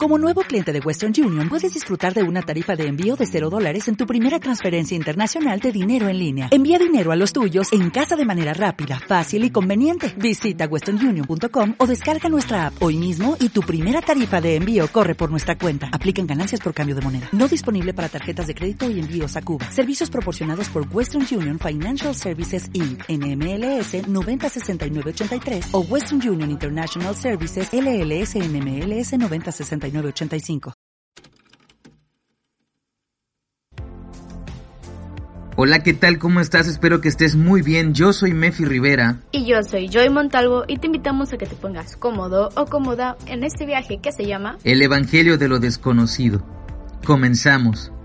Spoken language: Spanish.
Como nuevo cliente de Western Union, puedes disfrutar de una tarifa de envío de $0 en tu primera transferencia internacional de dinero en línea. Envía dinero a los tuyos en casa de manera rápida, fácil y conveniente. Visita westernunion.com o descarga nuestra app hoy mismo y tu primera tarifa de envío corre por nuestra cuenta. Aplican ganancias por cambio de moneda. No disponible para tarjetas de crédito y envíos a Cuba. Servicios proporcionados por Western Union Financial Services Inc. NMLS 906983 o Western Union International Services LLS NMLS 906985. Hola, ¿qué tal? ¿Cómo estás? Espero que estés muy bien. Yo soy Mefi Rivera. Y yo soy Joy Montalvo y te invitamos a que te pongas cómodo o cómoda en este viaje que se llama El Evangelio de lo Desconocido. Comenzamos.